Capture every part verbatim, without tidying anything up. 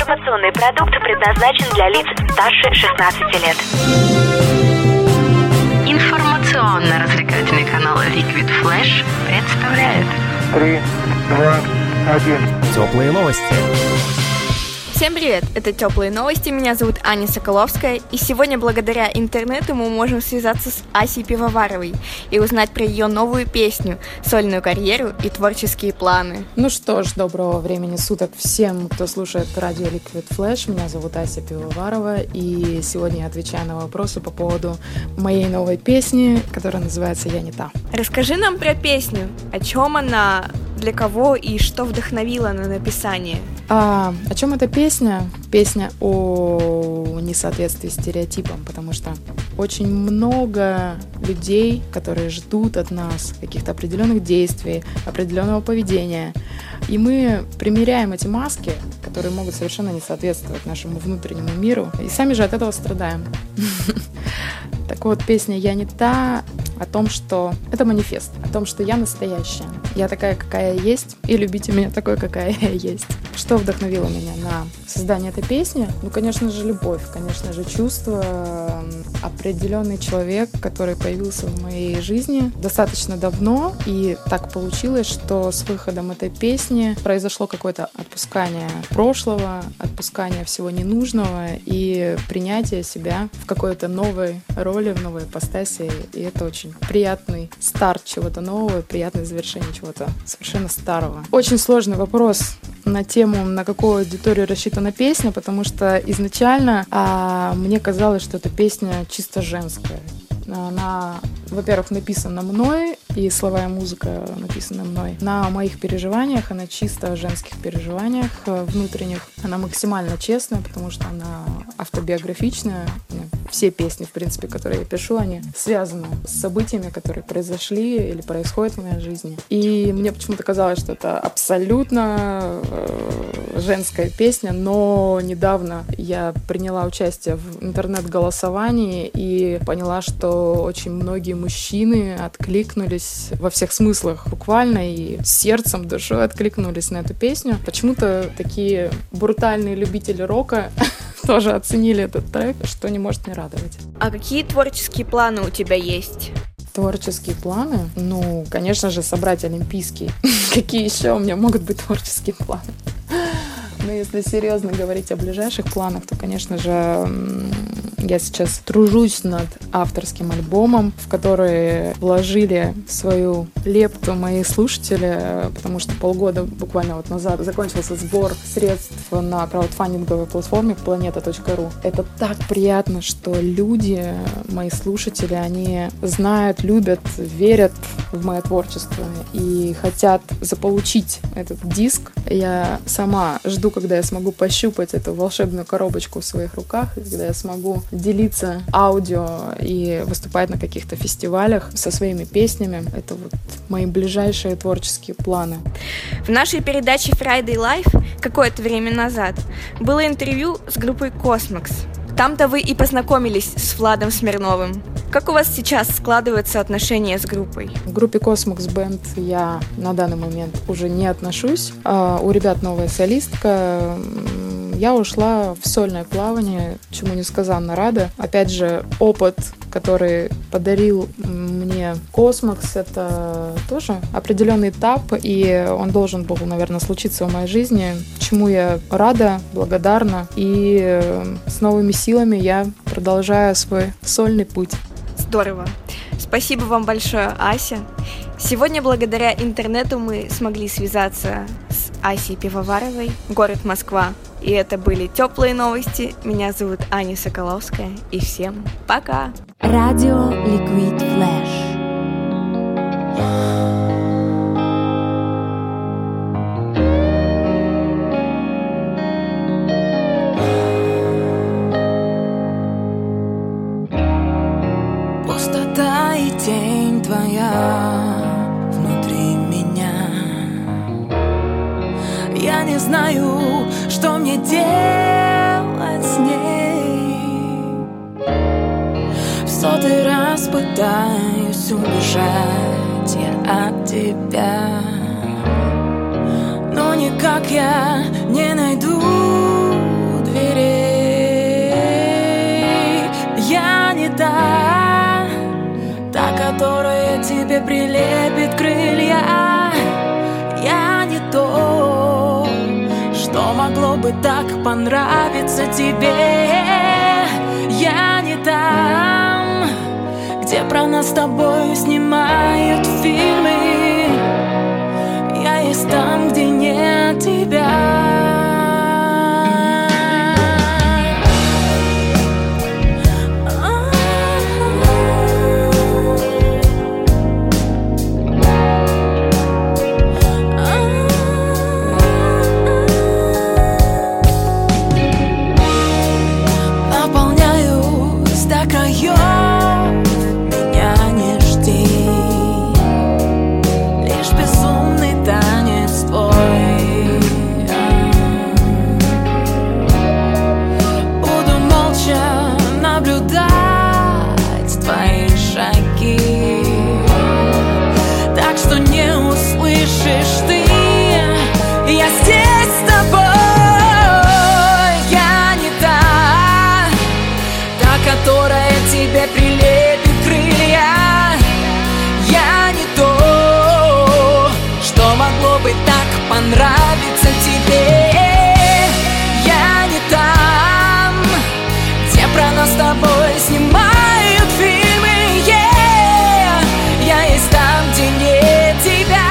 Информационный продукт предназначен для лиц старше шестнадцати лет. Информационно-развлекательный канал Liquid Flash представляет три, два, один. Теплые новости. Всем привет, это Теплые новости, меня зовут Аня Соколовская, и сегодня благодаря интернету мы можем связаться с Асей Пивоваровой и узнать про ее новую песню, сольную карьеру и творческие планы. Ну что ж, доброго времени суток всем, кто слушает радио Liquid Flash. Меня зовут Ася Пивоварова, и сегодня я отвечаю на вопросы по поводу моей новой песни, которая называется «Я не та». Расскажи нам про песню, о чем она, для кого и что вдохновило на написание. А, о чем эта песня? Песня о несоответствии стереотипам, потому что очень много людей, которые ждут от нас каких-то определенных действий, определенного поведения, и мы примеряем эти маски, которые могут совершенно не соответствовать нашему внутреннему миру, и сами же от этого страдаем. Так вот, песня «Я не та» о том, что это манифест, о том, что я настоящая, я такая, какая я есть, и любите меня такой, какая я есть. Что вдохновило меня на создание этой песни? Ну, конечно же, любовь, конечно же, чувство, определенный человек, который появился в моей жизни достаточно давно, и так получилось, что с выходом этой песни произошло какое-то отпускание прошлого, отпускание всего ненужного и принятие себя в какой-то новой роли, в новой ипостаси, и это очень приятный старт чего-то нового, приятное завершение чего-то совершенно старого. Очень сложный вопрос на тему, на какую аудиторию рассчитана песня, потому что изначально а, мне казалось, что эта песня чисто женская. Она, во-первых, написана мной, и слова и музыка написаны мной. На моих переживаниях, она чисто о женских переживаниях внутренних. Она максимально честная, потому что она автобиографичная. Все песни, в принципе, которые я пишу, они связаны с событиями, которые произошли или происходят в моей жизни. И мне почему-то казалось, что это абсолютно э, женская песня, но недавно я приняла участие в интернет-голосовании и поняла, что очень многие мужчины откликнулись во всех смыслах, буквально, и сердцем, душой откликнулись на эту песню. Почему-то такие брутальные любители рока тоже оценили этот трек, что не может не радовать. А какие творческие планы у тебя есть? Творческие планы? Ну, конечно же, собрать олимпийский. Какие еще у меня могут быть творческие планы? Но если серьезно говорить о ближайших планах, то, конечно же, я сейчас тружусь над авторским альбомом, в который вложили свою лепту мои слушатели, потому что полгода буквально вот назад закончился сбор средств на краудфандинговой платформе планета точка ру. Это так приятно, что люди, мои слушатели, они знают, любят, верят в мое творчество и хотят заполучить этот диск. Я сама жду, когда я смогу пощупать эту волшебную коробочку в своих руках, и когда я смогу делиться аудио и выступать на каких-то фестивалях со своими песнями. Это вот мои ближайшие творческие планы. В нашей передаче Friday Live какое-то время назад было интервью с группой Cosmox. Там-то вы и познакомились с Владом Смирновым. Как у вас сейчас складываются отношения с группой? В группе Cosmox Band я на данный момент уже не отношусь. А у ребят новая солистка. Я ушла в сольное плавание, чему несказанно рада. Опять же, опыт, который подарил мне Cosmox, это тоже определенный этап, и он должен был, наверное, случиться в моей жизни, чему я рада, благодарна, и с новыми силами я продолжаю свой сольный путь. Здорово. Спасибо вам большое, Ася. Сегодня благодаря интернету мы смогли связаться с Асей Пивоваровой, город Москва. И это были Теплые новости. Меня зовут Аня Соколовская. И всем пока! Радио Liquid Flash. Пустота и тень твоя внутри меня. Я не знаю, что мне делать с ней. В сотый раз пытаюсь убежать я от тебя, но никак я не найду могло бы так понравиться тебе? Я не там, где про нас с тобой снимают фильмы. Я есть там, где нет тебя. Нравится тебе. Я не там, где про нас с тобой снимают фильмы. Yeah. Я есть там, где нет тебя.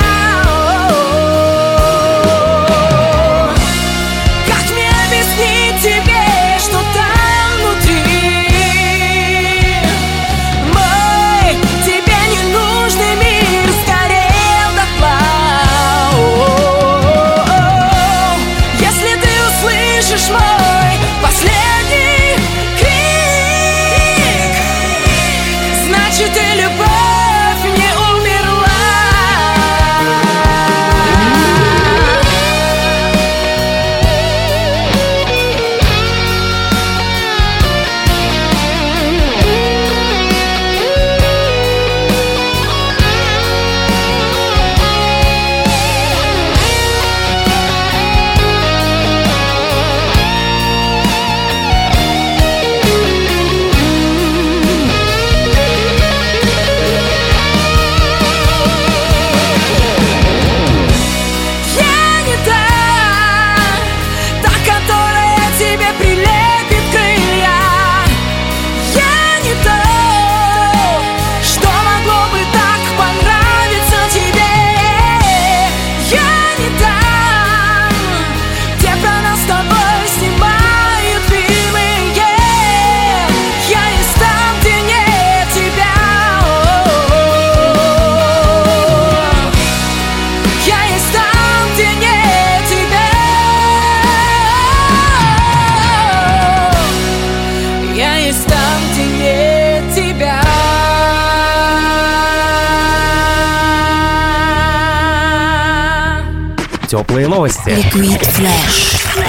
Oh. Как мне объяснить тебе, что там внутри? Мой тебе ненужный мир сгорел дотла. Мой последний крик, значит и любовь не умерла. Теплые новости. Liquid Flash.